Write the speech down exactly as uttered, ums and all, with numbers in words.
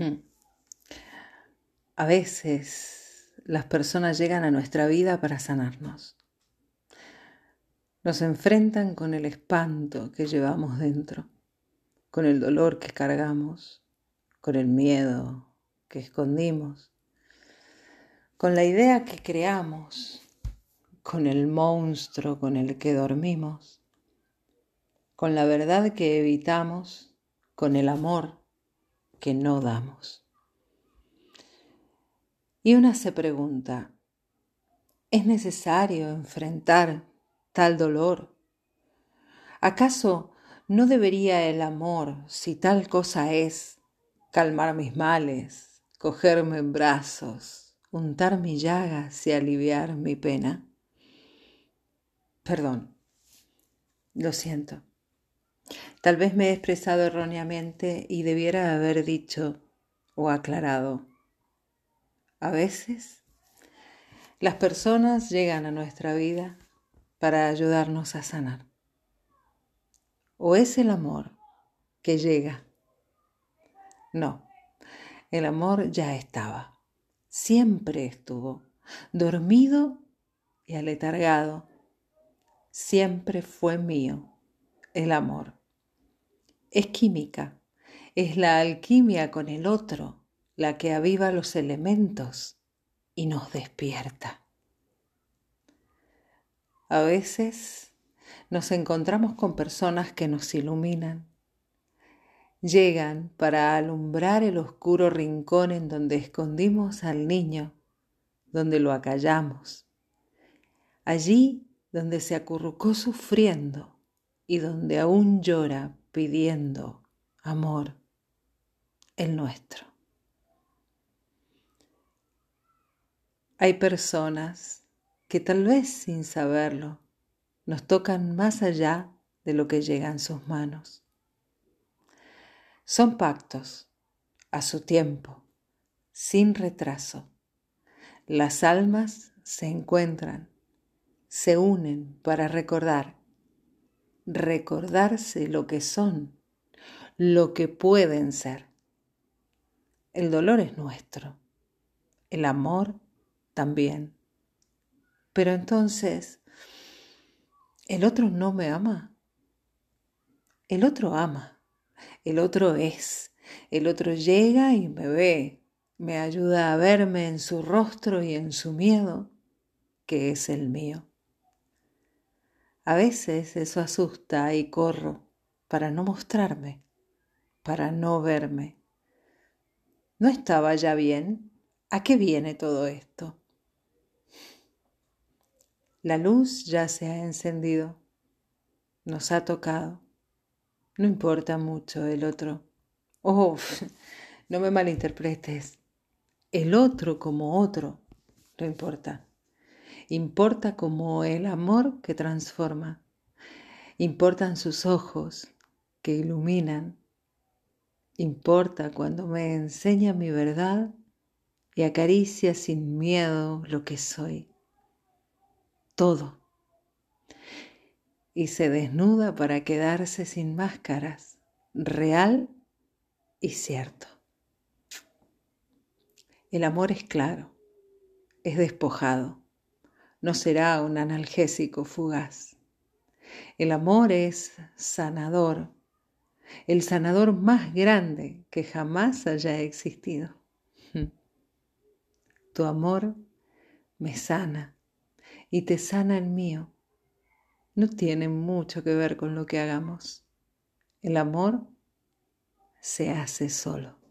A veces las personas llegan a nuestra vida para sanarnos. Nos enfrentan con el espanto que llevamos dentro, con el dolor que cargamos, con el miedo que escondimos, con la idea que creamos, con el monstruo con el que dormimos, con la verdad que evitamos, con el amor que no damos. Y una se pregunta, ¿es necesario enfrentar tal dolor? ¿Acaso no debería el amor, si tal cosa es, calmar mis males, cogerme en brazos, untar mis llagas y aliviar mi pena? Perdón, lo siento. Tal vez me he expresado erróneamente y debiera haber dicho o aclarado. A veces, las personas llegan a nuestra vida para ayudarnos a sanar. ¿O es el amor que llega? No, el amor ya estaba, siempre estuvo, dormido y aletargado. Siempre fue mío el amor. Es química, es la alquimia con el otro, la que aviva los elementos y nos despierta. A veces nos encontramos con personas que nos iluminan. Llegan para alumbrar el oscuro rincón en donde escondimos al niño, donde lo acallamos. Allí donde se acurrucó sufriendo y donde aún llora pidiendo amor, el nuestro. Hay personas que tal vez sin saberlo nos tocan más allá de lo que llega en sus manos. Son pactos, a su tiempo, sin retraso. Las almas se encuentran, se unen para recordar, recordarse lo que son, lo que pueden ser. El dolor es nuestro, el amor también. Pero entonces, ¿el otro no me ama? El otro ama, el otro es, el otro llega y me ve, me ayuda a verme en su rostro y en su miedo, que es el mío. A veces eso asusta y corro para no mostrarme, para no verme. ¿No estaba ya bien? ¿A qué viene todo esto? La luz ya se ha encendido, nos ha tocado. No importa mucho el otro. Oh, no me malinterpretes. El otro como otro no importa. Importa como el amor que transforma. Importan sus ojos que iluminan. Importa cuando me enseña mi verdad y acaricia sin miedo lo que soy. Todo. Y se desnuda para quedarse sin máscaras, real y cierto. El amor es claro, es despojado, no será un analgésico fugaz. El amor es sanador, el sanador más grande que jamás haya existido. Tu amor me sana y te sana el mío. No tiene mucho que ver con lo que hagamos. El amor se hace solo.